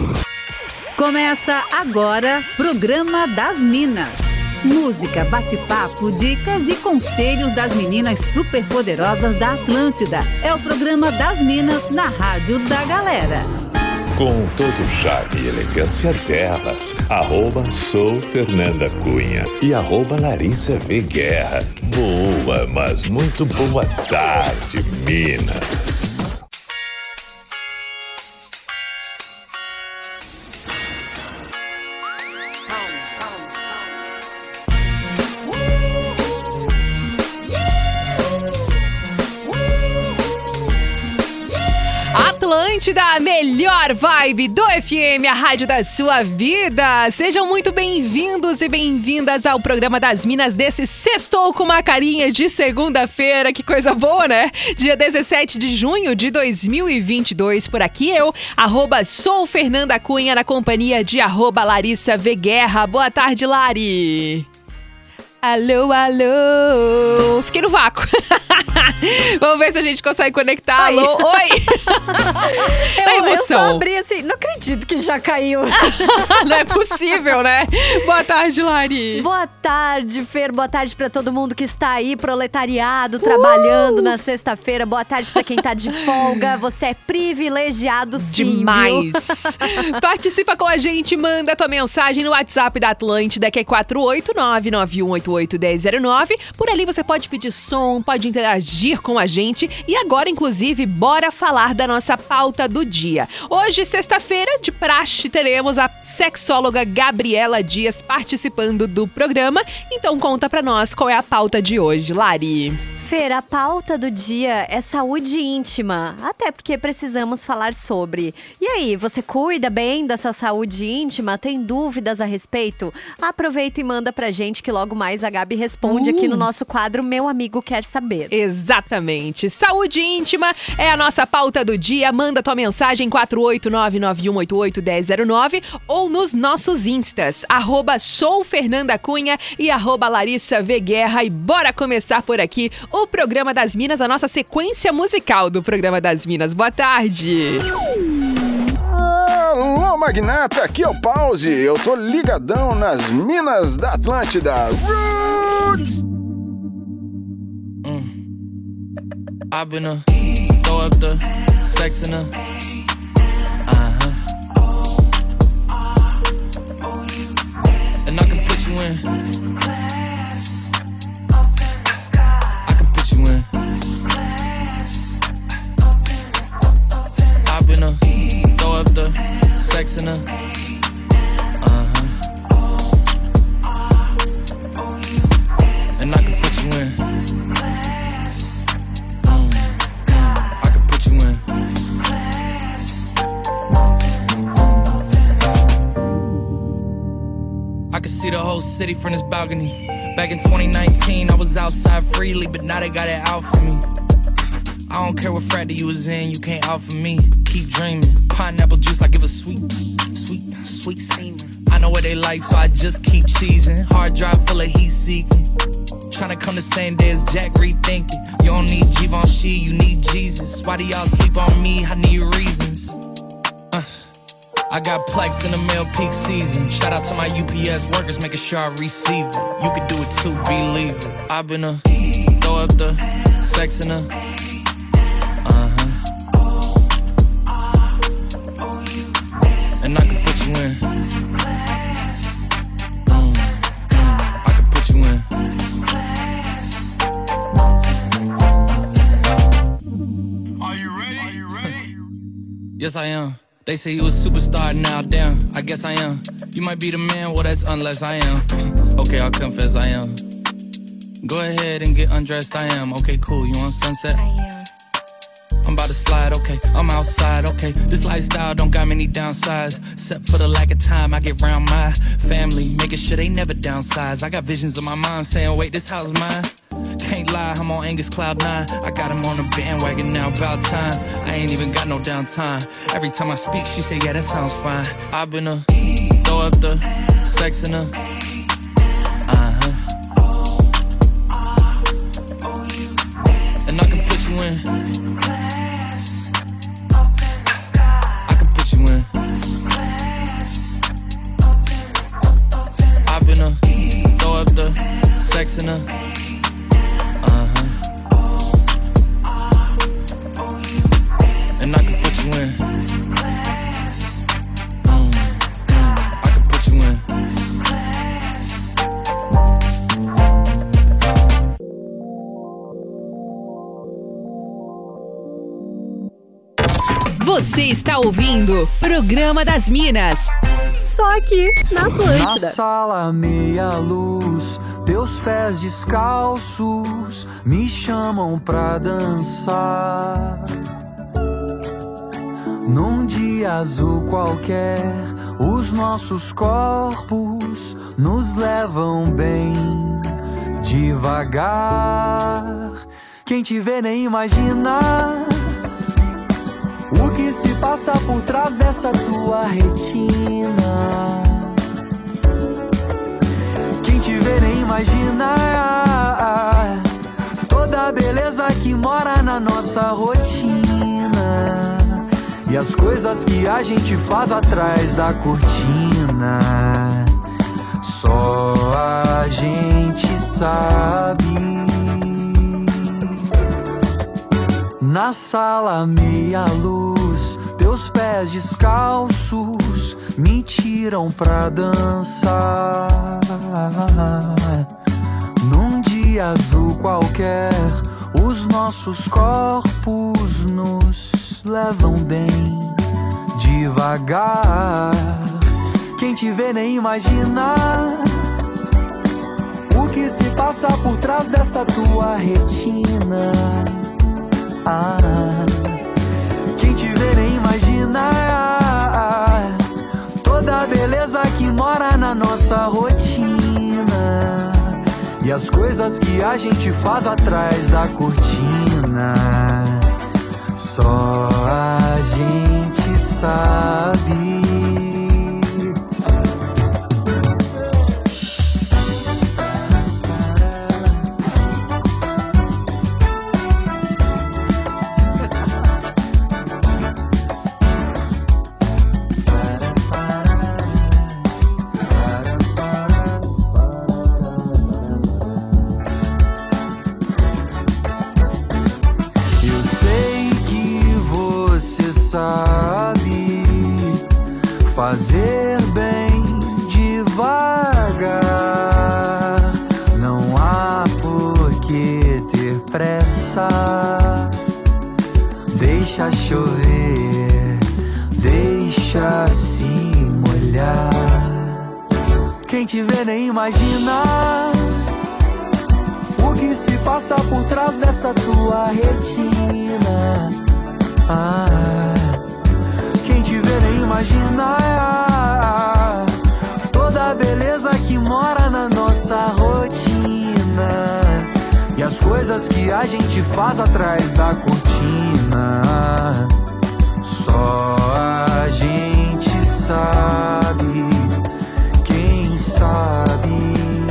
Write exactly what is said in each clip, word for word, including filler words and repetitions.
Começa agora, Programa das Minas. Música, bate-papo, dicas e conselhos das meninas superpoderosas da Atlântida. É o Programa das Minas na Rádio da Galera. Com todo o charme e elegância delas, arroba sou Fernanda Cunha e arroba Larissa V. Guerra. Boa, mas muito boa tarde, Minas. Da melhor vibe do F M, a rádio da sua vida. Sejam muito bem-vindos e bem-vindas ao Programa das Minas desse sextou com uma carinha de segunda-feira. Que coisa boa, né? Dia dezessete de junho de dois mil e vinte e dois. Por aqui eu, arroba sou Fernanda Cunha, na companhia de arroba Larissa V. Guerra. Boa tarde, Lari. Alô, alô. Fiquei no vácuo. Vamos ver se a gente consegue conectar. Oi. Alô, oi. Eu, emoção. eu só abri assim, não acredito que já caiu. Não é possível, né? Boa tarde, Lari. Boa tarde, Fer. Boa tarde pra todo mundo que está aí, proletariado, trabalhando uh! na sexta-feira. Boa tarde pra quem tá de folga. Você é privilegiado, sim. Demais. Participa com a gente, manda tua mensagem no WhatsApp da Atlântida, que é quatro oito nove nove um oito oito um zero zero nove. Por ali você pode pedir som, pode interagir com a gente. E agora, inclusive, bora falar da nossa pauta do dia. Hoje, sexta-feira, de praxe, teremos a sexóloga Gabriela Dias participando do programa. Então conta pra nós qual é a pauta de hoje, Lari. Fer, a pauta do dia é saúde íntima, até porque precisamos falar sobre. E aí, você cuida bem da sua saúde íntima? Tem dúvidas a respeito? Aproveita e manda pra gente que logo mais a Gabi responde uh. aqui no nosso quadro Meu Amigo Quer Saber. Exatamente. Saúde íntima é a nossa pauta do dia. Manda tua mensagem quatro oito nove nove um oito oito um zero zero nove ou nos nossos instas, arroba sou Fernanda Cunha e arroba Larissa V. Guerra. E bora começar por aqui o O Programa das Minas, a nossa sequência musical do Programa das Minas. Boa tarde! Alô, magnata, aqui é o Pause. Eu tô ligadão nas Minas da Atlântida. Roots! Mm. I've been a throw up the sex in a uh-huh. And I can put you in. I've been a throw up the sex in a uh-huh. And I can put you in. Mm, mm, I can put you in. I can see the whole city from this balcony. Back in twenty nineteen, I was outside freely, but now they got it out for me. I don't care what frat you was in, you can't out for me. Keep dreaming. Pineapple juice, I give a sweet, sweet, sweet semen. I know what they like, so I just keep cheesing. Hard drive full of heat seeking. Tryna come the same day as Jack, rethinking. You don't need Givenchy, you need Jesus. Why do y'all sleep on me? I need reasons. Uh, I got Plex in the mail peak season. Shout out to my U P S workers, making sure I receive it. You could do it too, believe it. I've been a throw up the sex in a and I can put you in. Mm, mm, I can put you in. Are you ready? Are you ready? Yes, I am. They say you a superstar now, damn. I guess I am. You might be the man, well, that's unless I am. Okay, I'll confess I am. Go ahead and get undressed, I am. Okay, cool, you on Sunset? I am. I'm about to slide, okay, I'm outside, okay. This lifestyle don't got many downsides, except for the lack of time I get round my family, making sure they never downsize. I got visions of my mom saying, wait, this house mine. Can't lie, I'm on Angus Cloud nine. I got him on the bandwagon now, about time. I ain't even got no downtime. Every time I speak, she say, yeah, that sounds fine. I've been a throw up the sex in a uh-huh. And I can put you in. I can put you in. Você está ouvindo Programa das Minas. Só aqui na Atlântida. Na sala meia luz, teus pés descalços me chamam pra dançar. Num dia azul qualquer, os nossos corpos nos levam bem devagar. Quem te vê nem imagina o que se passa por trás dessa tua retina. Quem te vê nem imagina toda a beleza que mora na nossa rotina e as coisas que a gente faz atrás da cortina. Só a gente sabe. Na sala meia luz, teus pés descalços me tiram pra dançar. Num dia azul qualquer, os nossos corpos nos levam bem devagar. Quem te vê nem imagina o que se passa por trás dessa tua retina. Ah, quem te vê nem imagina toda a beleza que mora na nossa rotina e as coisas que a gente faz atrás da cortina. Só a gente sabe. Fazer bem devagar, não há por que ter pressa. Deixa chover, deixa se molhar. Quem te vê nem imagina o que se passa por trás dessa tua retina. Ah, quem te vê nem imagina toda a beleza que mora na nossa rotina e as coisas que a gente faz atrás da cortina. Só a gente sabe, quem sabe.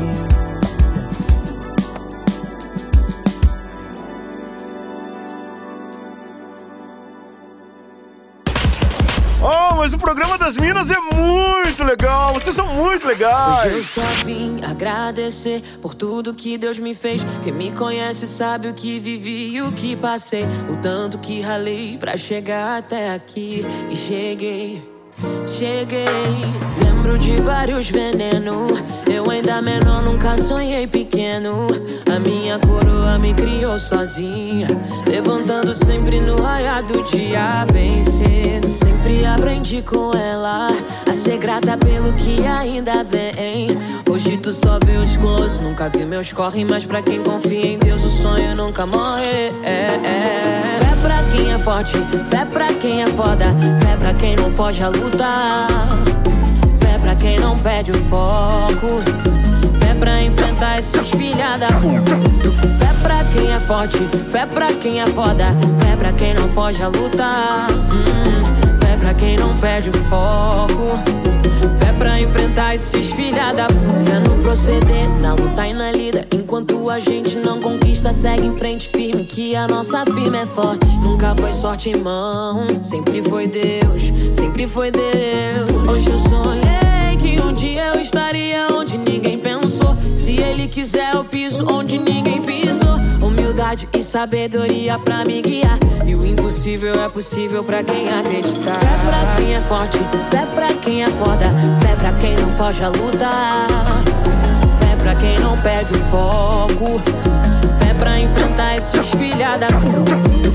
Oh, mas o programa das Minas é muito legal. Vocês são muito legais. Hoje eu só vim agradecer por tudo que Deus me fez. Quem me conhece sabe o que vivi e o que passei, o tanto que ralei pra chegar até aqui. E cheguei, cheguei. Lembro de vários venenos. Eu ainda menor, nunca sonhei pequeno. A minha coroa me criou sozinha, levantando sempre no raiar do dia bem cedo. Sempre aprendi com ela a ser grata pelo que ainda vem. Hoje tu só vê os close, nunca vi meus corre. Mas pra quem confia em Deus o sonho nunca morre. É, é. Fé pra quem é forte, fé pra quem é foda, fé pra quem não foge a lutar, fé pra quem não perde o foco, fé pra enfrentar esses filha da puta. Fé pra quem é forte, fé pra quem é foda, fé pra quem não foge a lutar, hum, fé pra quem não perde o foco, fé pra enfrentar esses filha da puta. Fé no proceder, na luta e na lida. Enquanto a gente não conquista, segue em frente firme, que a nossa firma é forte. Nunca foi sorte, irmão, sempre foi Deus, sempre foi Deus. Hoje eu sonhei que um dia eu estaria onde ninguém pensou. Se Ele quiser eu piso onde ninguém pisou. Humildade e sabedoria pra me guiar, e o impossível é possível pra quem acreditar. Fé pra quem é forte, fé pra quem é foda, fé pra quem não foge a lutar, fé pra quem não perde o foco, fé pra enfrentar esses filha da puta. Fé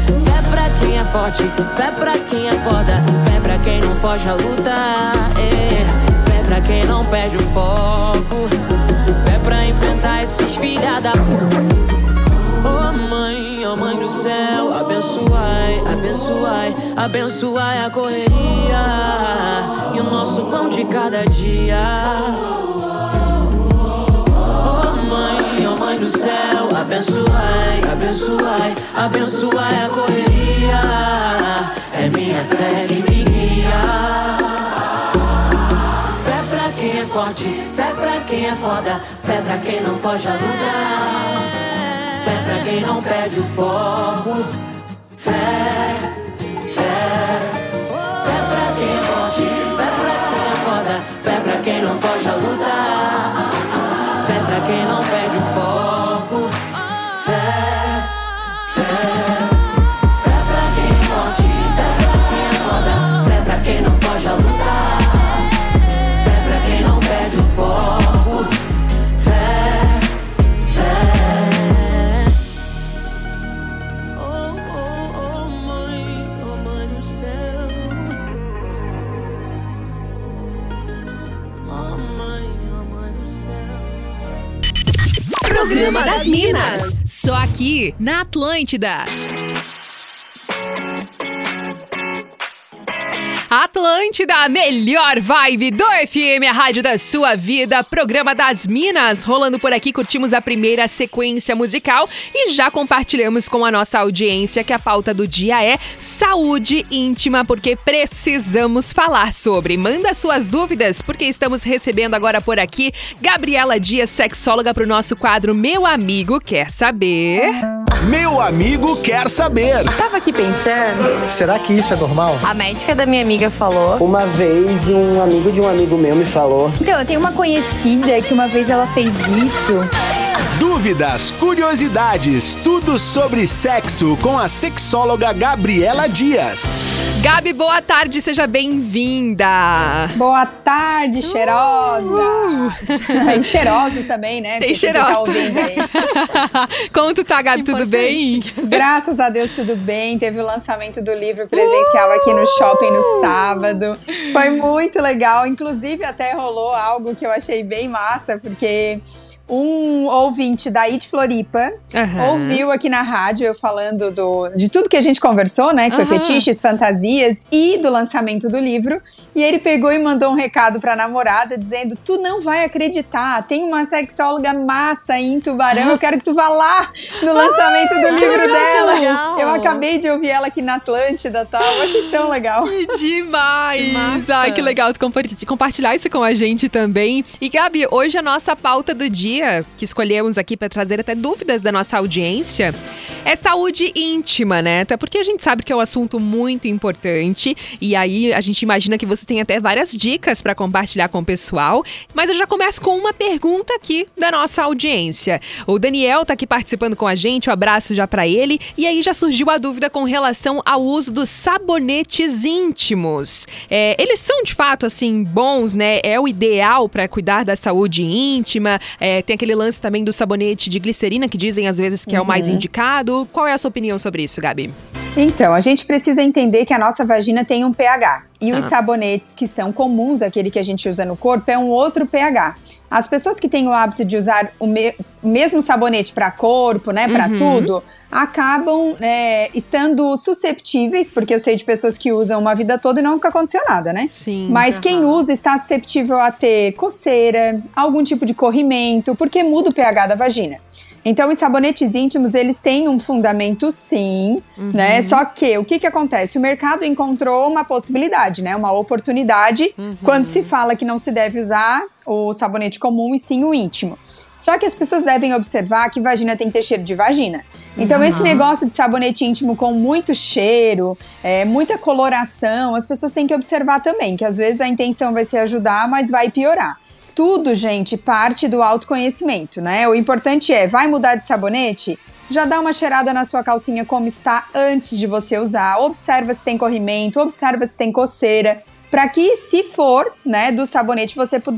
pra quem é forte, fé pra quem é foda, fé pra quem não foge a luta, é. Fé pra quem não perde o foco, fé pra enfrentar esses filha da puta. Oh mãe, oh mãe do céu, abençoai, abençoai, abençoai a correria e o nosso pão de cada dia. Oh mãe, oh mãe do céu, abençoai, abençoai, abençoai a correria. É minha fé que me guia. Fé pra quem é forte, fé pra quem é foda, fé pra quem não foge a luta, fé pra quem não perde o foco. Fé, fé. Fé pra quem é forte, fé pra quem é foda, fé pra quem não foge a luta, fé pra quem não perde o foco. Fé, fé. Fé pra quem é forte, fé pra quem é foda, fé pra quem não foge a luta, fé pra quem não perde o foco. Fé, fé. Programa das Minas. Só aqui na Atlântida. Atlântida, a melhor vibe do F M, a rádio da sua vida, programa das Minas, rolando por aqui, curtimos a primeira sequência musical e já compartilhamos com a nossa audiência que a pauta do dia é saúde íntima, porque precisamos falar sobre. Manda suas dúvidas, porque estamos recebendo agora por aqui Gabriela Dias, sexóloga, para o nosso quadro Meu Amigo Quer Saber. Meu Amigo Quer Saber. Tava aqui pensando, será que isso é normal? A médica da minha amiga falou. Uma vez um amigo de um amigo meu me falou. Então, eu tenho uma conhecida que uma vez ela fez isso. Dúvidas, curiosidades, tudo sobre sexo com a sexóloga Gabriela Dias. Gabi, boa tarde, seja bem-vinda. Boa tarde, cheirosa. Uh. Tem cheirosos também, né? Tem cheirosos. Tá ouvindo aí. Como tu tá, Gabi? Tudo bem? Graças a Deus, tudo bem. Teve o lançamento do livro presencial uh. aqui no shopping no sábado. Foi muito legal. Inclusive, até rolou algo que eu achei bem massa, porque um ouvinte daí de Floripa uhum. ouviu aqui na rádio eu falando do, de tudo que a gente conversou, né? Que uhum. foi fetiches, fantasias e do lançamento do livro. E ele pegou e mandou um recado pra namorada dizendo: tu não vai acreditar, tem uma sexóloga massa aí em Tubarão, eu quero que tu vá lá no lançamento ah, do livro legal, dela. Legal. Eu acabei de ouvir ela aqui na Atlântida e tal, eu achei tão legal. Que demais! Que Ai, que legal tu compartilhar isso com a gente também. E Gabi, hoje a nossa pauta do dia, que escolhemos aqui para trazer até dúvidas da nossa audiência, é saúde íntima, né? Até porque a gente sabe que é um assunto muito importante e aí a gente imagina que você tem até várias dicas para compartilhar com o pessoal, mas eu já começo com uma pergunta aqui da nossa audiência. O Daniel tá aqui participando com a gente, um abraço já para ele, e aí já surgiu a dúvida com relação ao uso dos sabonetes íntimos. É, eles são de fato assim bons, né? É o ideal para cuidar da saúde íntima? É, tem aquele lance também do sabonete de glicerina que dizem às vezes que uhum. é o mais indicado. Qual é a sua opinião sobre isso, Gabi? Então, a gente precisa entender que a nossa vagina tem um pH. E ah. os sabonetes que são comuns, aquele que a gente usa no corpo, é um outro pH. As pessoas que têm o hábito de usar o, me- o mesmo sabonete para corpo, né, para uhum. tudo, acabam é, estando susceptíveis, porque eu sei de pessoas que usam uma vida toda e nunca aconteceu nada, né? Sim. Mas uhum. quem usa está susceptível a ter coceira, algum tipo de corrimento, porque muda o pH da vagina. Então, os sabonetes íntimos, eles têm um fundamento, sim, uhum. né? Só que, o que que acontece? O mercado encontrou uma possibilidade, né? Uma oportunidade, uhum. quando se fala que não se deve usar o sabonete comum e sim o íntimo. Só que as pessoas devem observar que vagina tem que ter cheiro de vagina. Então, uhum. esse negócio de sabonete íntimo com muito cheiro, é, muita coloração, as pessoas têm que observar também, que às vezes a intenção vai ser ajudar, mas vai piorar. Tudo, gente, parte do autoconhecimento, né? O importante é, vai mudar de sabonete? Já dá uma cheirada na sua calcinha como está antes de você usar. Observa se tem corrimento, observa se tem coceira, para que, se for, né, do sabonete, você puder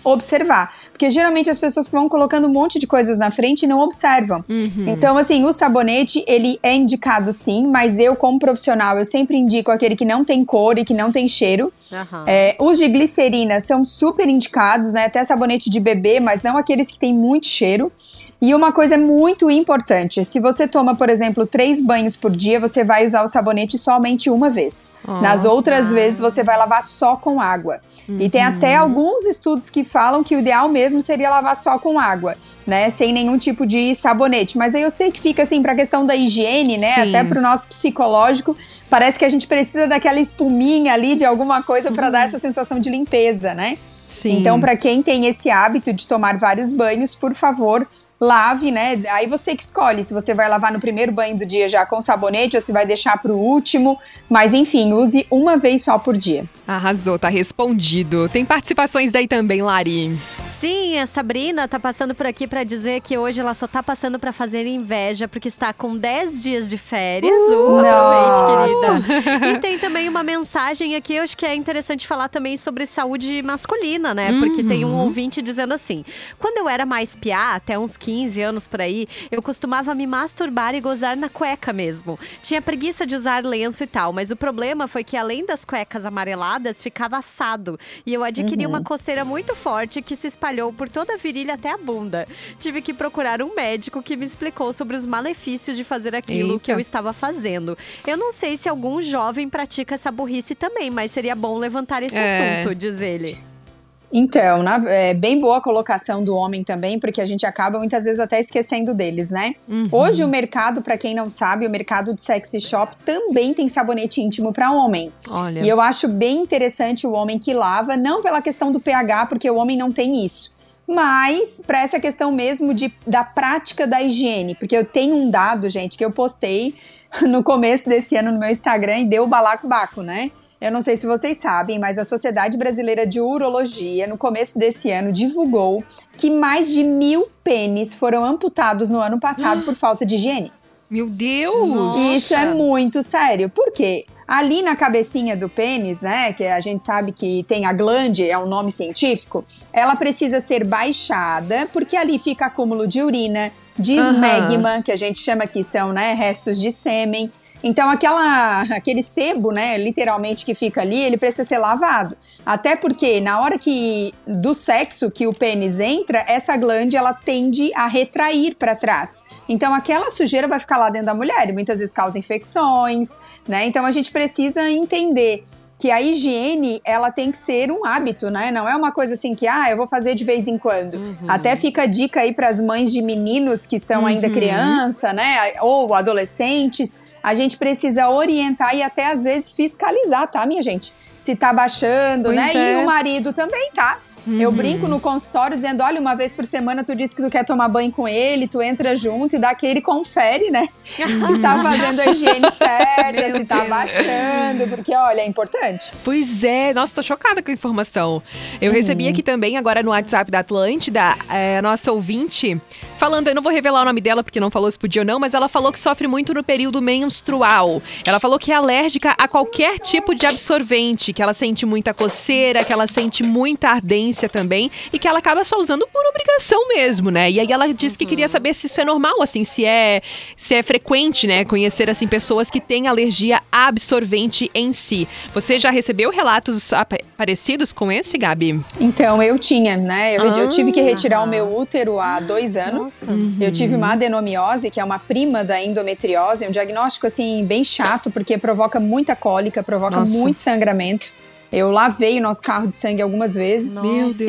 observar. Porque geralmente as pessoas vão colocando um monte de coisas na frente e não observam. Uhum. Então, assim, o sabonete, ele é indicado sim, mas eu, como profissional, eu sempre indico aquele que não tem cor e que não tem cheiro. Uhum. É, os de glicerina são super indicados, né? Até sabonete de bebê, mas não aqueles que têm muito cheiro. E uma coisa muito importante, se você toma, por exemplo, três banhos por dia, você vai usar o sabonete somente uma vez. Oh, Nas outras ah. vezes, você vai lavar só com água. Uhum. E tem até alguns estudos que falam que o ideal mesmo seria lavar só com água, né? Sem nenhum tipo de sabonete. Mas aí eu sei que fica assim, pra questão da higiene, né? Sim. Até pro nosso psicológico, parece que a gente precisa daquela espuminha ali de alguma coisa pra dar essa sensação de limpeza, né? Sim. Então, pra quem tem esse hábito de tomar vários banhos, por favor, lave, né? Aí você que escolhe se você vai lavar no primeiro banho do dia já com sabonete ou se vai deixar pro último. Mas enfim, use uma vez só por dia. Arrasou, tá respondido. Tem participações daí também, Lari. Sim, a Sabrina tá passando por aqui pra dizer que hoje ela só tá passando pra fazer inveja porque está com dez dias de férias. Uh, aproveite, querida. E tem também uma mensagem aqui, eu acho que é interessante falar também sobre saúde masculina, né? Porque Uhum. tem um ouvinte dizendo assim: quando eu era mais piá, até uns quinze anos por aí, eu costumava me masturbar e gozar na cueca mesmo. Tinha preguiça de usar lenço e tal, mas o problema foi que além das cuecas amareladas, ficava assado. E eu adquiri Uhum. uma coceira muito forte que se espalhou por toda a virilha até a bunda. Tive que procurar um médico que me explicou sobre os malefícios de fazer aquilo Eita. que eu estava fazendo. Eu não sei se algum jovem pratica essa burrice também, mas seria bom levantar esse É. assunto, diz ele. Então, na, é bem boa a colocação do homem também, porque a gente acaba muitas vezes até esquecendo deles, né? Uhum. Hoje o mercado, pra quem não sabe, o mercado de sexy shop também tem sabonete íntimo pra homem. Olha. E eu acho bem interessante o homem que lava, não pela questão do pH, porque o homem não tem isso, mas para essa questão mesmo de, da prática da higiene, porque eu tenho um dado, gente, que eu postei no começo desse ano no meu Instagram e deu o balacobaco, né? Eu não sei se vocês sabem, mas a Sociedade Brasileira de Urologia, no começo desse ano, divulgou que mais de mil pênis foram amputados no ano passado por falta de higiene. Meu Deus! E isso é muito sério. Por quê? Ali na cabecinha do pênis, né, que a gente sabe que tem a glande, é um nome científico, ela precisa ser baixada, porque ali fica acúmulo de urina, de esmegma, que a gente chama que são, né, restos de sêmen. Então, aquela, aquele sebo, né, literalmente que fica ali, ele precisa ser lavado. Até porque na hora que do sexo que o pênis entra, essa glande, ela tende a retrair para trás. Então, aquela sujeira vai ficar lá dentro da mulher e muitas vezes causa infecções, né? Então, a gente precisa entender que a higiene, ela tem que ser um hábito, né? Não é uma coisa assim que, ah, eu vou fazer de vez em quando. Uhum. Até fica a dica aí para as mães de meninos que são uhum. ainda criança, né? Ou adolescentes. A gente precisa orientar e até às vezes fiscalizar, tá, minha gente? Se tá baixando, Pois né? é. E o marido também, tá? Uhum. Eu brinco no consultório dizendo, olha, uma vez por semana tu disse que tu quer tomar banho com ele, tu entra junto e dá aquele confere, né? Se tá fazendo a higiene certa, se tá Deus. baixando, porque, olha, é importante. Pois é, nossa, tô chocada com a informação. Eu Uhum. recebi aqui também, agora no WhatsApp da Atlântida, é, a nossa ouvinte, falando, eu não vou revelar o nome dela porque não falou se podia ou não, mas ela falou que sofre muito no período menstrual. Ela falou que é alérgica a qualquer tipo de absorvente, que ela sente muita coceira, que ela sente muita ardência também e que ela acaba só usando por obrigação mesmo, né? E aí ela disse que queria saber se isso é normal, assim, se é, se é frequente, né? Conhecer, assim, pessoas que têm alergia a absorvente em si. Você já recebeu relatos ap- parecidos com esse, Gabi? Então, eu tinha, né? Eu, Ah. eu tive que retirar o meu útero há dois anos. Uhum. Eu tive uma adenomiose, que é uma prima da endometriose, um diagnóstico, assim, bem chato, porque provoca muita cólica, provoca Nossa. muito sangramento. Eu lavei o nosso carro de sangue algumas vezes. Meu Deus.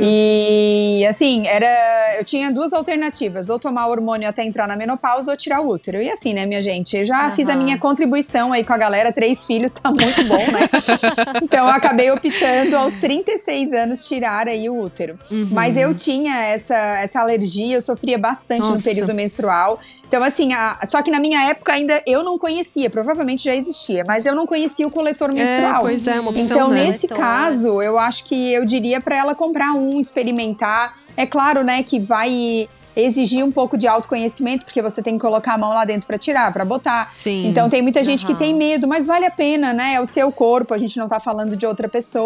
E, assim, era... Eu tinha duas alternativas. Ou tomar hormônio até entrar na menopausa ou tirar o útero. E assim, né, minha gente? Eu já Uhum. fiz a minha contribuição aí com a galera. Três filhos, tá muito bom, né? Então, eu acabei optando aos trinta e seis anos tirar aí o útero. Uhum. Mas eu tinha essa, essa alergia, eu sofria bastante Nossa. no período menstrual. Então, assim, a, só que na minha época ainda eu não conhecia. Provavelmente já existia, mas eu não conhecia o coletor menstrual. É, pois é, uma opção, Então, né? nesse caso, eu acho que eu diria pra ela comprar um, experimentar. É claro, né, que vai exigir um pouco de autoconhecimento, porque você tem que colocar a mão lá dentro pra tirar, pra botar. Sim. Então tem muita gente Aham. que tem medo, mas vale a pena, né? É o seu corpo, a gente não tá falando de outra pessoa.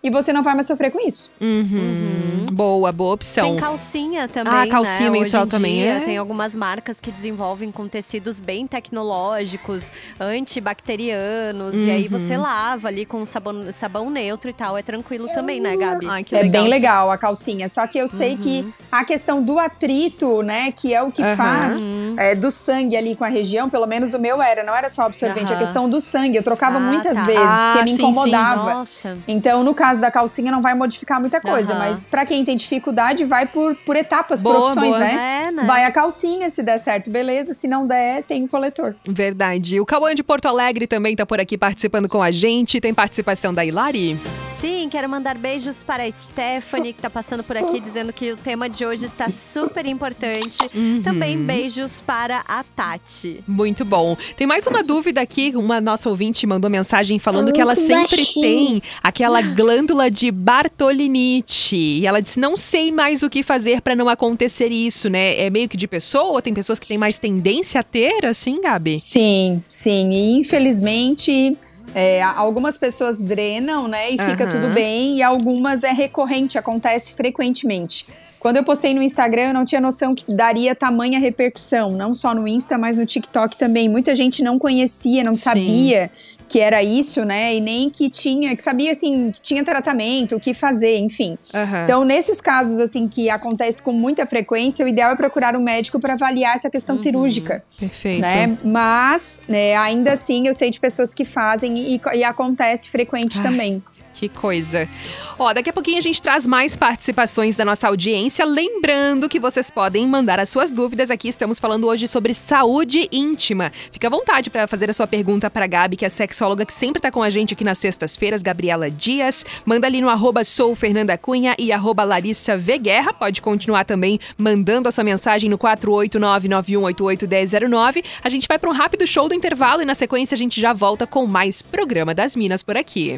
e você não vai mais sofrer com isso. Uhum. Uhum. Boa, boa opção. Tem calcinha também, Ah, calcinha né? menstrual Hoje em também dia, é. Tem algumas marcas que desenvolvem com tecidos bem tecnológicos, antibacterianos, Uhum. e aí você lava ali com sabão, sabão neutro e tal. É tranquilo também, né, Gabi? Ai, que É legal. bem legal a calcinha, só que eu sei Uhum. que a questão do atrito, né, que é o que Aham. faz é, do sangue ali com a região, pelo menos o meu era, não era só absorvente, Aham. a questão do sangue, eu trocava Ah, muitas tá. vezes, Ah, porque me sim, sim. incomodava. Nossa. Então, no caso da calcinha, não vai modificar muita coisa, Aham. mas pra quem tem dificuldade, vai por, por etapas, por Boa, opções, boa. né? É, né? Vai a calcinha, se der certo, beleza, se não der, tem o coletor. Verdade. O Cauã de Porto Alegre também tá por aqui participando com a gente. Tem participação da Hilari. Sim, quero mandar beijos para a Stephanie, que tá passando por aqui, dizendo que o tema de hoje está super importante. Uhum. Também beijos para a Tati. Muito bom. Tem mais uma dúvida aqui. Uma nossa ouvinte mandou mensagem falando que ela sempre tem aquela glândula de Bartholinite. E ela disse, não sei mais o que fazer para não acontecer isso, né? É meio que de pessoa? Tem pessoas que têm mais tendência a ter, assim, Gabi? Sim, sim. E infelizmente, é, algumas pessoas drenam, né? E fica Aham. tudo bem. E algumas é recorrente, acontece frequentemente. Quando eu postei no Instagram, eu não tinha noção que daria tamanha repercussão. Não só no Insta, mas no TikTok também. Muita gente não conhecia, não Sim. sabia que era isso, né? E nem que tinha, que sabia, assim, que tinha tratamento, o que fazer, enfim. Aham. Então, nesses casos, assim, que acontece com muita frequência, o ideal é procurar um médico para avaliar essa questão cirúrgica. Perfeito. Né? Mas, né, ainda assim, eu sei de pessoas que fazem e, e acontece frequente também. Que coisa. Ó, daqui a pouquinho a gente traz mais participações da nossa audiência. Lembrando que vocês podem mandar as suas dúvidas aqui. Estamos falando hoje sobre saúde íntima. Fica à vontade para fazer a sua pergunta para a Gabi, que é a sexóloga que sempre tá com a gente aqui nas sextas-feiras, Gabriela Dias. Manda ali no arroba sou Fernanda Cunha e arroba Larissa V Guerra. Pode continuar também mandando a sua mensagem no quatro oito nove nove um oito oito um zero zero nove. A gente vai para um rápido show do intervalo e na sequência a gente já volta com mais Programa das Minas por aqui.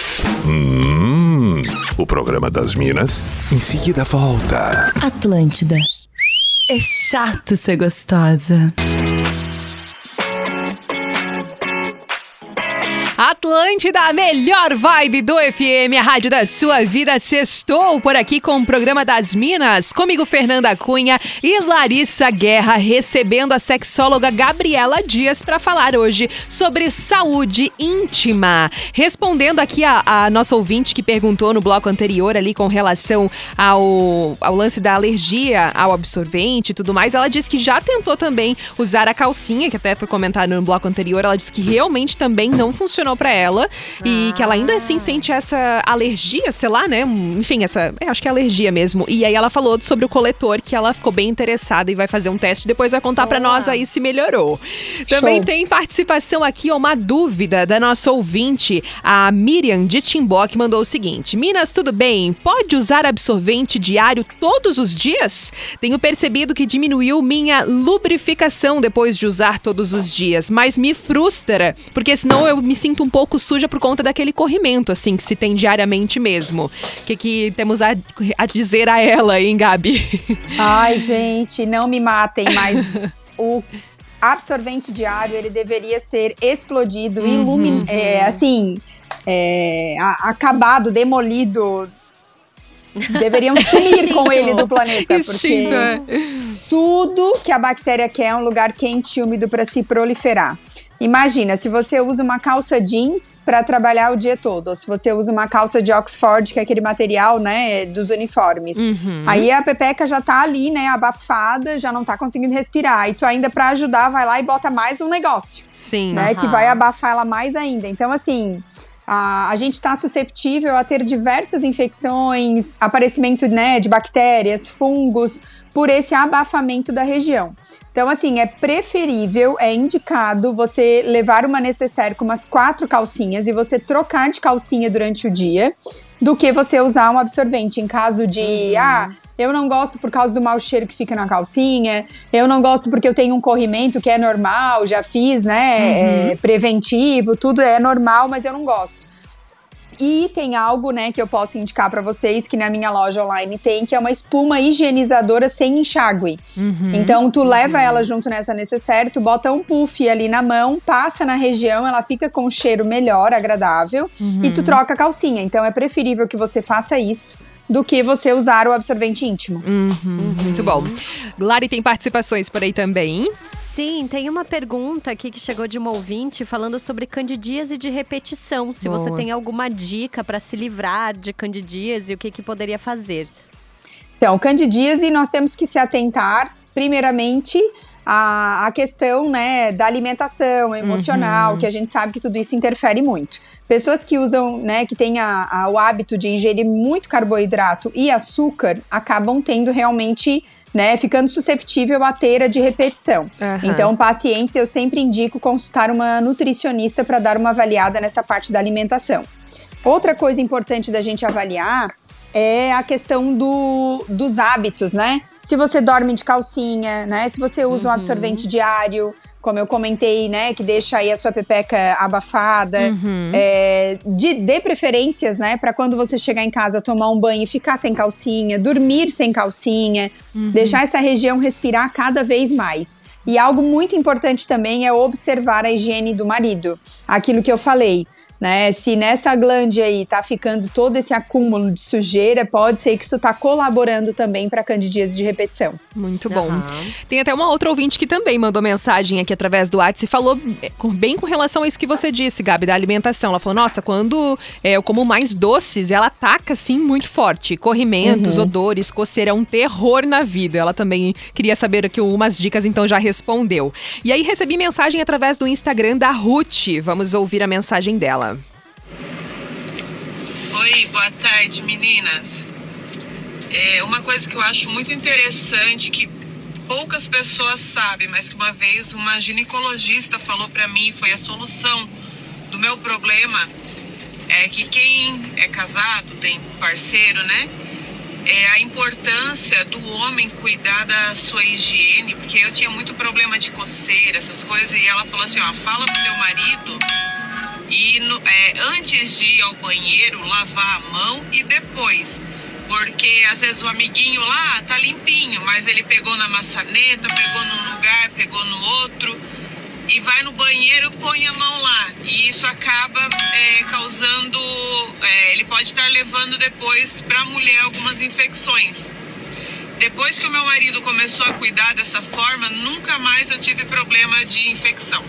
Hum, o programa das Minas em seguida volta. Atlântida. É chato ser gostosa. Atlântida, a melhor vibe do F M, a rádio da sua vida. Sextou por aqui com o Programa das Minas. Comigo, Fernanda Cunha e Larissa Guerra, recebendo a sexóloga Gabriela Dias para falar hoje sobre saúde íntima. Respondendo aqui a, a nossa ouvinte que perguntou no bloco anterior ali com relação ao, ao lance da alergia ao absorvente e tudo mais, ela disse que já tentou também usar a calcinha, que até foi comentado no bloco anterior. Ela disse que realmente também não funcionou pra ela ah. e que ela ainda assim sente essa alergia, sei lá, né? Enfim, essa, é, acho que é alergia mesmo. E aí ela falou sobre o coletor, que ela ficou bem interessada e vai fazer um teste, depois vai contar Boa. Pra nós aí se melhorou. Show. Também tem participação aqui, uma dúvida da nossa ouvinte, a Miriam de Timbó, que mandou o seguinte: Minas, tudo bem? Pode usar absorvente diário todos os dias? Tenho percebido que diminuiu minha lubrificação depois de usar todos os dias, mas me frustra, porque senão eu me sinto um pouco suja por conta daquele corrimento, assim, que se tem diariamente mesmo. O que, que temos a, a dizer a ela, hein, Gabi? Ai, gente, não me matem, mas o absorvente diário, ele deveria ser explodido, uhum, iluminado, é, assim, é, a, acabado, demolido. Deveriam sumir com ele do planeta, porque tudo que a bactéria quer é um lugar quente e úmido para se proliferar. Imagina, se você usa uma calça jeans para trabalhar o dia todo, ou se você usa uma calça de Oxford, que é aquele material, né, dos uniformes. Uhum. Aí a pepeca já tá ali, né, abafada, já não tá conseguindo respirar. E tu ainda, para ajudar, vai lá e bota mais um negócio. Sim. Né, uhum. que vai abafar ela mais ainda. Então, assim, a, a gente tá susceptível a ter diversas infecções, aparecimento, né, de bactérias, fungos, por esse abafamento da região. Então, assim, é preferível, é indicado você levar uma necessaire com umas quatro calcinhas e você trocar de calcinha durante o dia, do que você usar um absorvente em caso de, uhum. ah, eu não gosto por causa do mau cheiro que fica na calcinha, eu não gosto porque eu tenho um corrimento que é normal, já fiz, né, uhum. é, preventivo, tudo é normal, mas eu não gosto. E tem algo, né, que eu posso indicar pra vocês, que na minha loja online tem, que é uma espuma higienizadora sem enxágue. Uhum, então, tu uhum. leva ela junto nessa necessaire, tu bota um puff ali na mão, passa na região, ela fica com um cheiro melhor, agradável, uhum. e tu troca a calcinha. Então, é preferível que você faça isso do que você usar o absorvente íntimo. Uhum, uhum. Muito bom. Lari, tem participações por aí também? Sim, tem uma pergunta aqui que chegou de uma ouvinte falando sobre candidíase de repetição. Se Boa. Você tem alguma dica para se livrar de candidíase e o que, que poderia fazer? Então, candidíase, nós temos que se atentar, primeiramente, à, à questão, né, da alimentação emocional, uhum. que a gente sabe que tudo isso interfere muito. Pessoas que usam, né, que têm a, a, o hábito de ingerir muito carboidrato e açúcar, acabam tendo realmente, né, ficando susceptível à teira de repetição. Uhum. Então, pacientes, eu sempre indico consultar uma nutricionista para dar uma avaliada nessa parte da alimentação. Outra coisa importante da gente avaliar é a questão do, dos hábitos, né? Se você dorme de calcinha, né? Se você usa uhum. um absorvente diário, como eu comentei, né, que deixa aí a sua pepeca abafada, uhum. é, de, dê preferências, né, para quando você chegar em casa, tomar um banho e ficar sem calcinha, dormir sem calcinha, uhum. deixar essa região respirar cada vez mais. E algo muito importante também é observar a higiene do marido, aquilo que eu falei. Né? Se nessa glande aí tá ficando todo esse acúmulo de sujeira, pode ser que isso tá colaborando também para candidíase de repetição. Muito bom. Uhum. Tem até uma outra ouvinte que também mandou mensagem aqui através do WhatsApp e falou bem com relação a isso que você disse, Gabi, da alimentação. Ela falou, nossa, quando é, eu como mais doces, ela ataca assim muito forte. Corrimentos, uhum. odores, coceira, é um terror na vida. Ela também queria saber aqui umas dicas, então já respondeu. E aí recebi mensagem através do Instagram da Ruth. Vamos ouvir a mensagem dela. Oi, boa tarde, meninas. É uma coisa que eu acho muito interessante, que poucas pessoas sabem, mas que uma vez uma ginecologista falou pra mim, foi a solução do meu problema, é que quem é casado, tem parceiro, né? É a importância do homem cuidar da sua higiene, porque eu tinha muito problema de coceira, essas coisas, e ela falou assim, ó, fala pro teu marido e no, é, antes de ir ao banheiro, lavar a mão e depois. Porque às vezes o amiguinho lá tá limpinho, mas ele pegou na maçaneta, pegou num lugar, pegou no outro, e vai no banheiro, põe a mão lá. E isso acaba é, causando, é, ele pode estar levando depois pra mulher algumas infecções. Depois que o meu marido começou a cuidar dessa forma, nunca mais eu tive problema de infecção.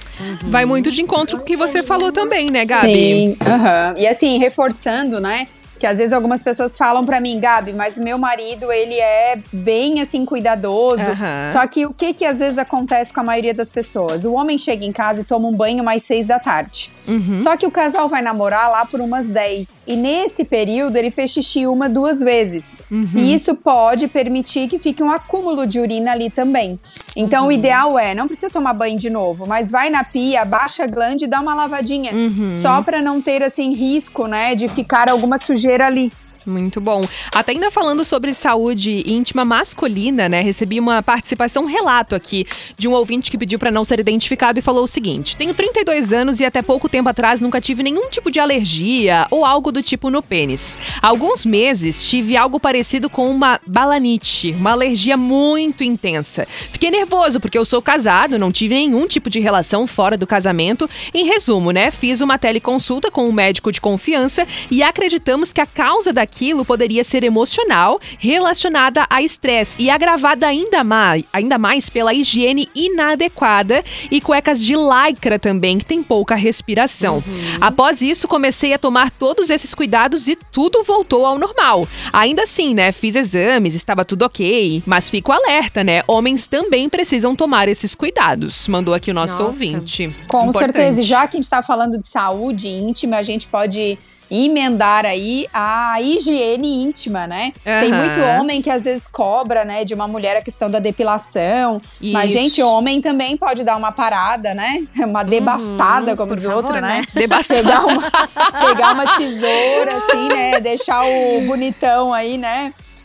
Vai muito de encontro com o que você falou também, né, Gabi? Sim, aham. Uhum. E assim, reforçando, né? Que às vezes algumas pessoas falam pra mim, Gabi, mas o meu marido, ele é bem, assim, cuidadoso. Uhum. Só que o que que às vezes acontece com a maioria das pessoas? O homem chega em casa e toma um banho mais seis da tarde. Uhum. Só que o casal vai namorar lá por umas dez. E nesse período, ele fez xixi uma, duas vezes. Uhum. E isso pode permitir que fique um acúmulo de urina ali também. Então, uhum. o ideal é, não precisa tomar banho de novo, mas vai na pia, abaixa a glande e dá uma lavadinha. Uhum. Só pra não ter, assim, risco, né, de ficar alguma sujeira ali. Muito bom. Até ainda falando sobre saúde íntima masculina, né? Recebi uma participação, um relato aqui de um ouvinte que pediu para não ser identificado e falou o seguinte: tenho trinta e dois anos e até pouco tempo atrás nunca tive nenhum tipo de alergia ou algo do tipo no pênis. Há alguns meses tive algo parecido com uma balanite, uma alergia muito intensa. Fiquei nervoso porque eu sou casado, não tive nenhum tipo de relação fora do casamento. Em resumo, né? Fiz uma teleconsulta com um médico de confiança e acreditamos que a causa da aquilo poderia ser emocional, relacionada a estresse e agravada ainda mais, ainda mais pela higiene inadequada e cuecas de lycra também, que tem pouca respiração. Uhum. Após isso, comecei a tomar todos esses cuidados e tudo voltou ao normal. Ainda assim, né, fiz exames, estava tudo ok, mas fico alerta, né, homens também precisam tomar esses cuidados. Mandou aqui o nosso Nossa. ouvinte. Com Importante. certeza, e já que a gente está falando de saúde íntima, a gente pode emendar aí a higiene íntima, né? Uhum. Tem muito homem que às vezes cobra, né, de uma mulher a questão da depilação. Isso. Mas, gente, homem também pode dar uma parada, né? Uma debastada, uhum, como diz o outro, né? Debastada. Pegar uma, pegar uma tesoura, assim, né? Deixar o bonitão aí, né?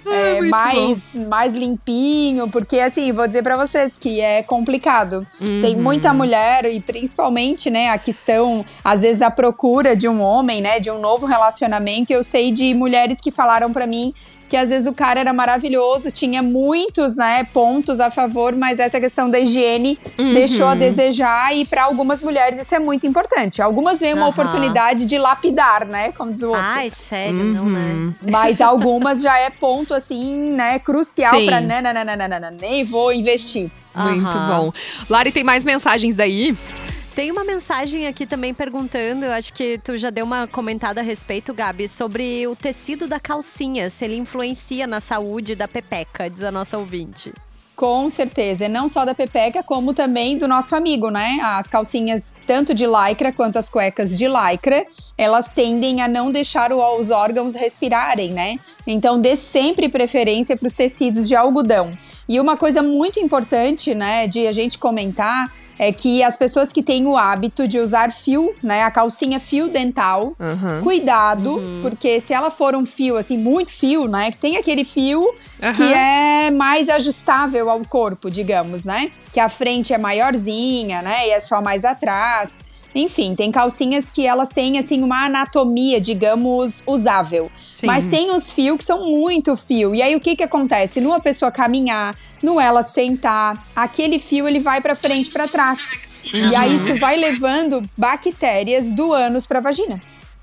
é, mais, mais limpinho, porque assim, vou dizer pra vocês que é complicado. Uhum. Tem muita mulher, e principalmente, né, a questão, às vezes a procura de um homem, né, de um novo relacionamento. Eu sei de mulheres que falaram pra mim que às vezes o cara era maravilhoso, tinha muitos, né, pontos a favor, mas essa questão da higiene uhum. deixou a desejar, e para algumas mulheres isso é muito importante. Algumas veem uma uhum. oportunidade de lapidar, né, como diz o outro. Ai, sério, uhum. não, né? Mas algumas já é ponto, assim, né, crucial para né, né, né, né, né, né, nem vou investir. Muito uhum. bom. Lari, tem mais mensagens daí? Tem uma mensagem aqui também perguntando, eu acho que tu já deu uma comentada a respeito, Gabi, sobre o tecido da calcinha, se ele influencia na saúde da pepeca, diz a nossa ouvinte. Com certeza, e não só da pepeca, como também do nosso amigo, né? As calcinhas, tanto de lycra quanto as cuecas de lycra, elas tendem a não deixar os órgãos respirarem, né? Então, dê sempre preferência para os tecidos de algodão. E uma coisa muito importante, né, de a gente comentar, é que as pessoas que têm o hábito de usar fio, né, a calcinha fio dental, uhum. cuidado, uhum. porque se ela for um fio, assim, muito fio, né, que tem aquele fio uhum. que é mais ajustável ao corpo, digamos, né, que a frente é maiorzinha, né, e é só mais atrás. Enfim, tem calcinhas que elas têm, assim, uma anatomia, digamos, usável. Sim. Mas tem os fios que são muito fio. E aí, o que que acontece? Numa pessoa caminhar, no ela sentar, aquele fio, ele vai pra frente e pra trás. Uhum. E aí, isso vai levando bactérias do ânus pra vagina.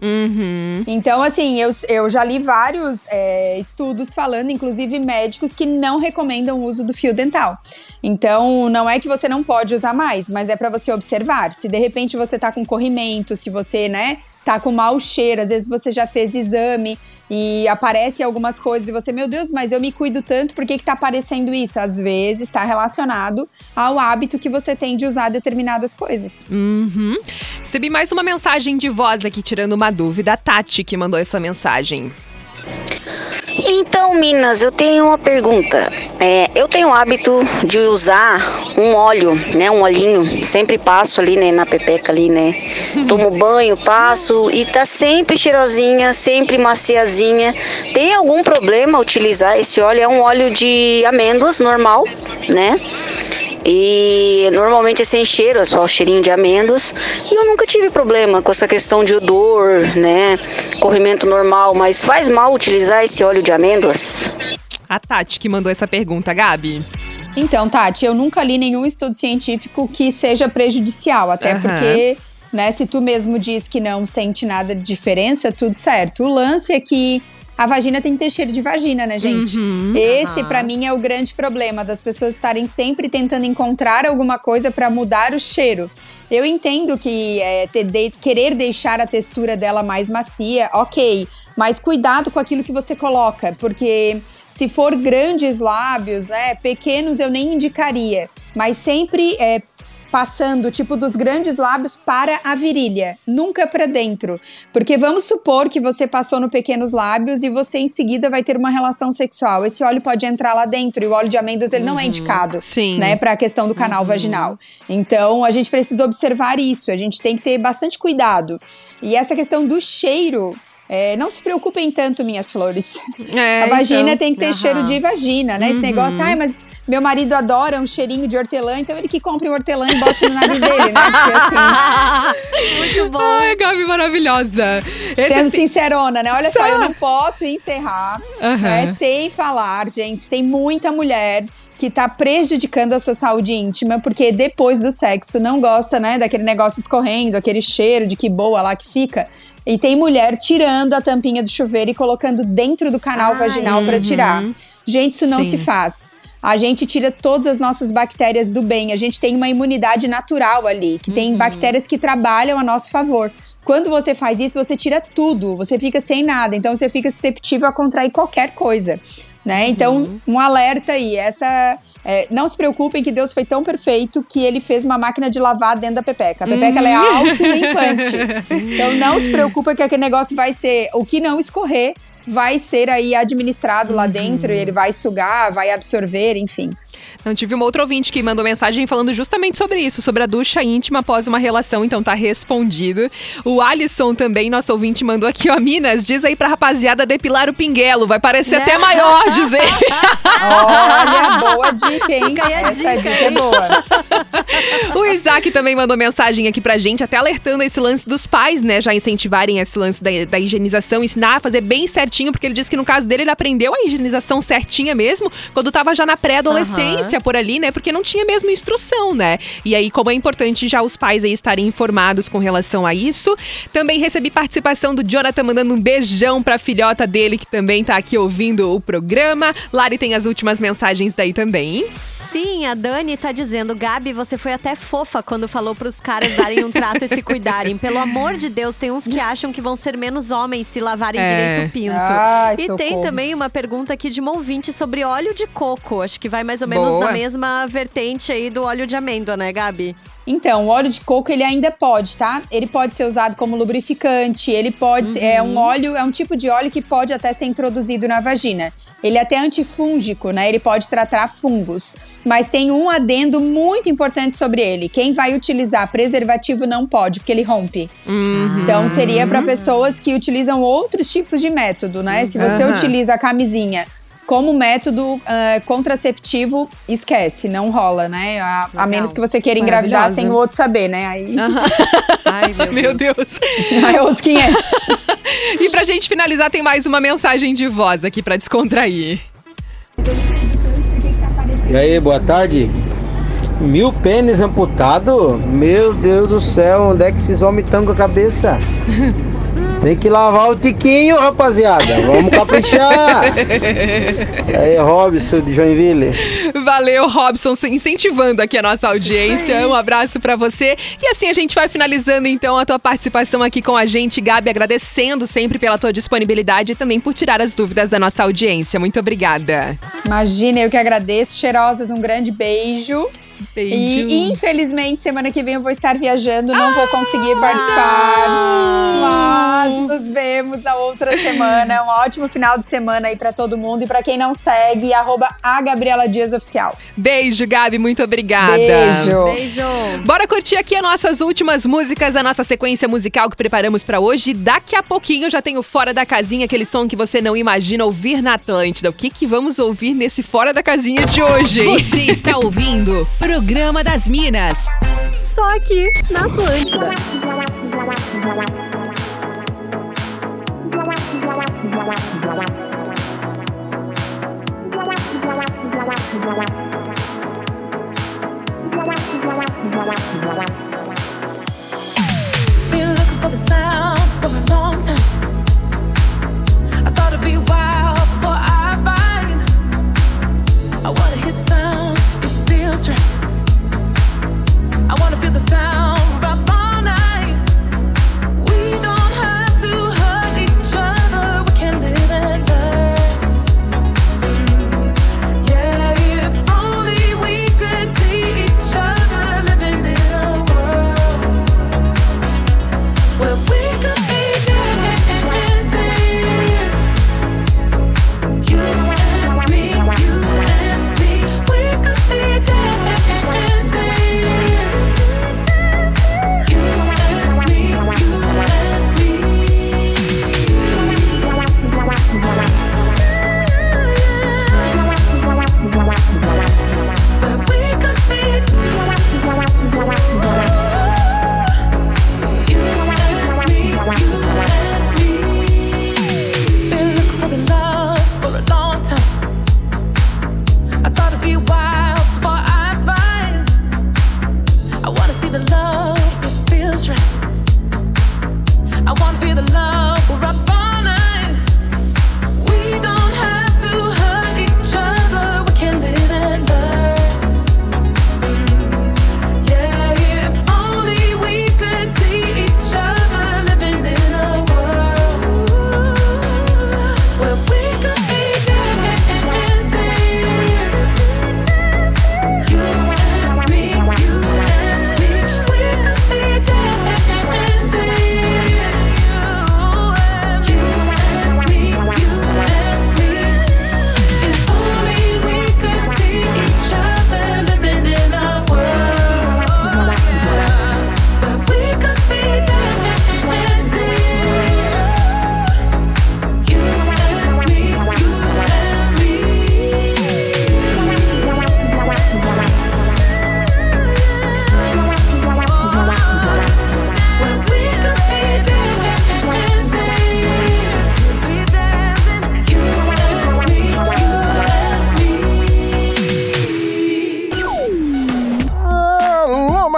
Uhum. Então, assim, eu, eu já li vários é, estudos falando, inclusive médicos, que não recomendam o uso do fio dental. Então, não é que você não pode usar mais, mas é pra você observar. Se de repente você tá com corrimento, se você, né, tá com mau cheiro, às vezes você já fez exame e aparece algumas coisas e você, meu Deus, mas eu me cuido tanto, por que que tá aparecendo isso? Às vezes tá relacionado ao hábito que você tem de usar determinadas coisas. Uhum. Recebi mais uma mensagem de voz aqui, tirando uma dúvida. A Tati que mandou essa mensagem. Então, Minas, eu tenho uma pergunta. É, eu tenho o hábito de usar um óleo, né, um olhinho. Sempre passo ali, né, na pepeca ali, né. Tomo banho, passo e tá sempre cheirosinha, sempre maciazinha. Tem algum problema utilizar esse óleo? É um óleo de amêndoas, normal, né. E normalmente é sem cheiro, é só o cheirinho de amêndoas. E eu nunca tive problema com essa questão de odor, né? Corrimento normal, mas faz mal utilizar esse óleo de amêndoas? A Tati que mandou essa pergunta, Gabi. Então, Tati, eu nunca li nenhum estudo científico que seja prejudicial, até uhum. porque, né, se tu mesmo diz que não sente nada de diferença, tudo certo. O lance é que a vagina tem que ter cheiro de vagina, né, gente? Uhum, Esse, uhum. pra mim, é o grande problema das pessoas estarem sempre tentando encontrar alguma coisa pra mudar o cheiro. Eu entendo que é, ter, de, querer deixar a textura dela mais macia, ok. Mas cuidado com aquilo que você coloca, porque se for grandes lábios, né, pequenos eu nem indicaria. Mas sempre é, passando, tipo, dos grandes lábios para a virilha, nunca para dentro. Porque vamos supor que você passou no pequenos lábios e você em seguida vai ter uma relação sexual. Esse óleo pode entrar lá dentro e o óleo de amêndoas, ele uhum. não é indicado, Sim. né, para a questão do canal uhum. vaginal. Então, a gente precisa observar isso, a gente tem que ter bastante cuidado. E essa questão do cheiro... É, não se preocupem tanto, minhas flores. É, a vagina então, tem que ter uhum. cheiro de vagina, né? Esse uhum. negócio, ai, mas meu marido adora um cheirinho de hortelã, então ele que compre um hortelã e bote no nariz dele, né? Porque assim... Muito bom. Ai, Gabi, maravilhosa. Esse Sendo é... sincerona, né? Olha só, só, eu não posso encerrar uhum. né, sem falar, gente, tem muita mulher que tá prejudicando a sua saúde íntima, porque depois do sexo não gosta, né, daquele negócio escorrendo, aquele cheiro de que boa lá que fica. E tem mulher tirando a tampinha do chuveiro e colocando dentro do canal Ai, vaginal uhum. para tirar. Gente, isso não Sim. se faz. A gente tira todas as nossas bactérias do bem. A gente tem uma imunidade natural ali, que uhum. tem bactérias que trabalham a nosso favor. Quando você faz isso, você tira tudo. Você fica sem nada. Então, você fica susceptível a contrair qualquer coisa, né? Então, uhum. um alerta aí. Essa... É, não se preocupem que Deus foi tão perfeito que ele fez uma máquina de lavar dentro da pepeca. A pepeca, uhum. ela é autolimpante. Então, não se preocupa que aquele negócio vai ser... O que não escorrer vai ser aí administrado uhum. lá dentro, e ele vai sugar, vai absorver, enfim. Não, tive uma outra ouvinte que mandou mensagem falando justamente sobre isso, sobre a ducha íntima após uma relação, então tá respondido. O Alisson também, nosso ouvinte, mandou aqui, ó, Minas, diz aí pra rapaziada depilar o pinguelo, vai parecer até maior, diz ele. Olha, boa dica, hein? Essa dica, dica é boa. O Isaac também mandou mensagem aqui pra gente, até alertando esse lance dos pais, né, já incentivarem esse lance da, da higienização, ensinar a fazer bem certinho, porque ele disse que no caso dele, ele aprendeu a higienização certinha mesmo, quando tava já na pré-adolescência, uhum. por ali, né? Porque não tinha mesmo instrução, né? E aí, como é importante já os pais aí estarem informados com relação a isso. Também recebi participação do Jonathan mandando um beijão pra filhota dele, que também tá aqui ouvindo o programa. Lari tem as últimas mensagens daí também, hein? Sim, a Dani tá dizendo, Gabi, você foi até fofa quando falou pros caras darem um trato e se cuidarem. Pelo amor de Deus, tem uns que acham que vão ser menos homens se lavarem é. direito o pinto. Ai, e socorro. Tem também uma pergunta aqui de uma ouvinte sobre óleo de coco. Acho que vai mais ou menos Boa. na mesma vertente aí do óleo de amêndoa, né, Gabi? Então, o óleo de coco, ele ainda pode, tá? Ele pode ser usado como lubrificante, ele pode… Uhum. É um óleo, é um tipo de óleo que pode até ser introduzido na vagina. Ele é até antifúngico, né? Ele pode tratar fungos. Mas tem um adendo muito importante sobre ele. Quem vai utilizar preservativo não pode, porque ele rompe. Uhum. Então, seria para pessoas que utilizam outros tipos de método, né? Se você uhum. utiliza a camisinha como método uh, contraceptivo, esquece, não rola, né? A, a menos que você queira engravidar sem o outro saber, né? Aí… Uhum. Ai, meu, meu Deus. Deus. Aí outros quinhentos. E pra gente finalizar, tem mais uma mensagem de voz aqui pra descontrair. E aí, boa tarde. Mil pênis amputado? Meu Deus do céu, onde é que esses homens estão com a cabeça? Tem que lavar o tiquinho, rapaziada. Vamos caprichar. E aí, Robson de Joinville. Valeu, Robson, incentivando aqui a nossa audiência. Um abraço pra você. E assim a gente vai finalizando, então, a tua participação aqui com a gente, Gabi, agradecendo sempre pela tua disponibilidade e também por tirar as dúvidas da nossa audiência. Muito obrigada. Imagina, eu que agradeço. Cheirosas, um grande beijo. Beijo. E infelizmente semana que vem eu vou estar viajando, não ah, vou conseguir participar, mas nos vemos na outra semana. Um ótimo final de semana aí pra todo mundo, e pra quem não segue, arroba a Gabriela Dias Oficial. Beijo, Gabi, muito obrigada. Beijo. Beijo. Bora curtir aqui as nossas últimas músicas, a nossa sequência musical que preparamos pra hoje. Daqui a pouquinho já tem o Fora da Casinha, aquele som que você não imagina ouvir na Atlântida. O que que vamos ouvir nesse Fora da Casinha de hoje, hein? Você está ouvindo Programa das Minas. Só aqui na Atlântida. Been looking for the sound for a long time. I thought it'd be a while before I find. I wanna hit sound, it feels right. I wanna feel the sound right all night. We don't have to hurt each other, we can live and learn. Yeah, if only we could see each other living in a world where we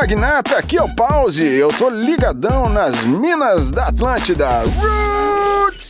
magnata, aqui é o Pause. Eu tô ligadão nas Minas da Atlântida. Roots!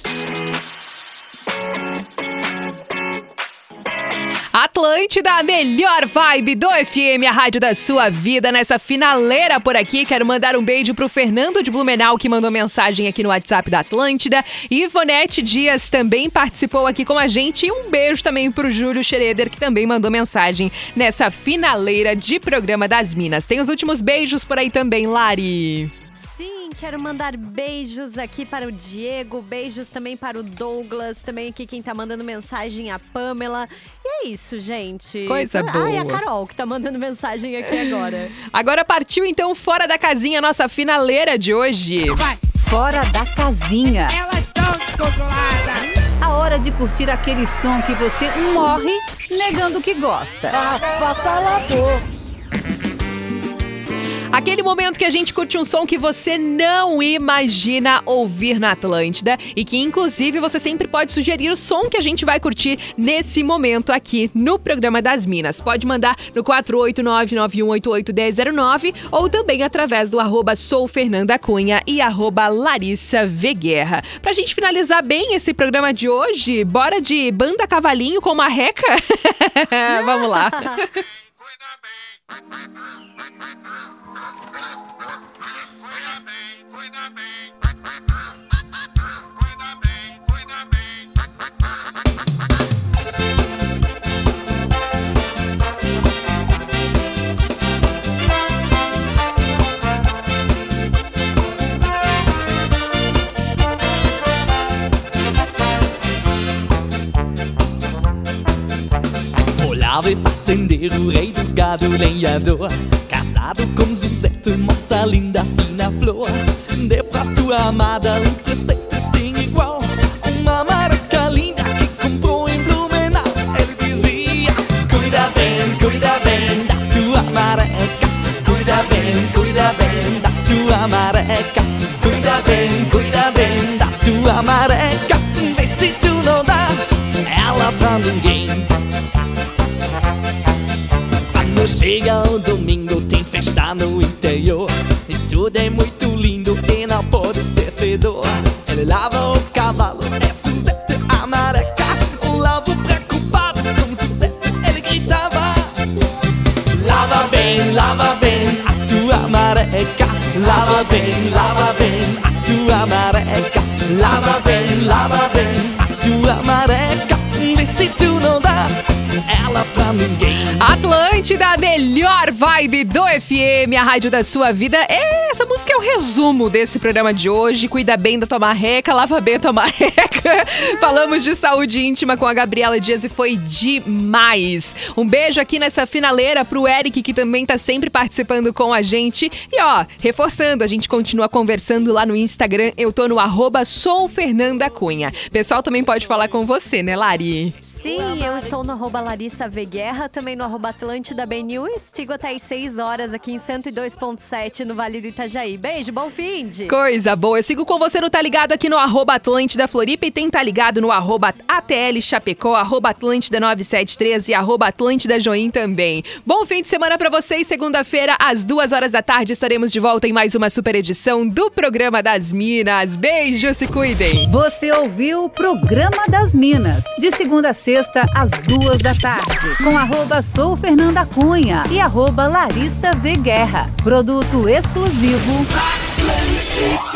Atlântida, a melhor vibe do F M, a rádio da sua vida. Nessa finaleira por aqui, quero mandar um beijo pro Fernando de Blumenau, que mandou mensagem aqui no WhatsApp da Atlântida. Ivonete Dias também participou aqui com a gente. E um beijo também pro Júlio Schroeder, que também mandou mensagem nessa finaleira de programa das Minas. Tem os últimos beijos por aí também, Lari. Sim, quero mandar beijos aqui para o Diego, beijos também para o Douglas, também aqui quem tá mandando mensagem, a Pamela. E é isso, gente. Coisa boa. Ah, e a Carol, que tá mandando mensagem aqui agora. Agora partiu então Fora da Casinha, nossa finaleira de hoje. Vai. Fora da Casinha. Elas estão descontroladas. A hora de curtir aquele som que você morre negando que gosta. Avassalador. Aquele momento que a gente curte um som que você não imagina ouvir na Atlântida e que, inclusive, você sempre pode sugerir o som que a gente vai curtir nesse momento aqui no Programa das Minas. Pode mandar no quatro oito nove, nove um oito oito, um zero zero nove ou também através do arroba Sou Fernanda Cunha e arroba Larissa V. Guerra. Pra gente finalizar bem esse programa de hoje, bora de Banda Cavalinho com Marreca? Vamos lá. Olavo e fazendeiro, rei do gado lenhador, casado com Zuzete, moça linda, fina flor. Dê pra sua amada um presente sem igual, uma marca linda que comprou em Blumenau. Ele dizia: cuida bem, cuida bem da tua mareca, cuida bem, cuida bem da tua mareca, cuida bem, cuida bem da tua mareca. Vê se tu não dá ela pra ninguém. Quando chega o domingo tem festa no interior e tudo é muito lindo e não pode ter fedor. Ele lava o cavalo, é Suzete a mareca. O Lavo preocupado com Suzete, ele gritava: lava bem, lava bem a tua mareca, lava bem, lava bem a tua mareca, lava bem, lava bem a tua mareca. Vê se tu não dá ela pra ninguém. Atlântida, a melhor vibe do F M, a rádio da sua vida. É, essa música é o resumo desse programa de hoje. Cuida bem da tua marreca, lava bem a tua marreca. Falamos de saúde íntima com a Gabriela Dias e foi demais. Um beijo aqui nessa finaleira pro Eric, que também tá sempre participando com a gente. E ó, reforçando, a gente continua conversando lá no Instagram. Eu tô no arroba Sou Fernanda Cunha. Pessoal também pode falar com você, né, Lari? Sim, eu estou no arroba Larissa V. Guerra, também no arroba Atlântida B News. Sigo até às seis horas aqui em cento e dois ponto sete no Vale do Itajaí. Beijo, bom fim de... Coisa boa. Eu sigo com você no Tá Ligado aqui no arroba Atlântida Floripa e tem Tá Ligado no arroba A T L Chapecó, arroba Atlântida nove sete três e arroba Atlântida Join também. Bom fim de semana pra vocês. Segunda-feira, às duas horas da tarde, estaremos de volta em mais uma super edição do Programa das Minas. Beijos, se cuidem. Você ouviu o Programa das Minas, de segunda a sexta, às duas da tarde, com arroba Sou Fernanda Cunha e arroba Larissa V. Guerra. Produto exclusivo Atlântica.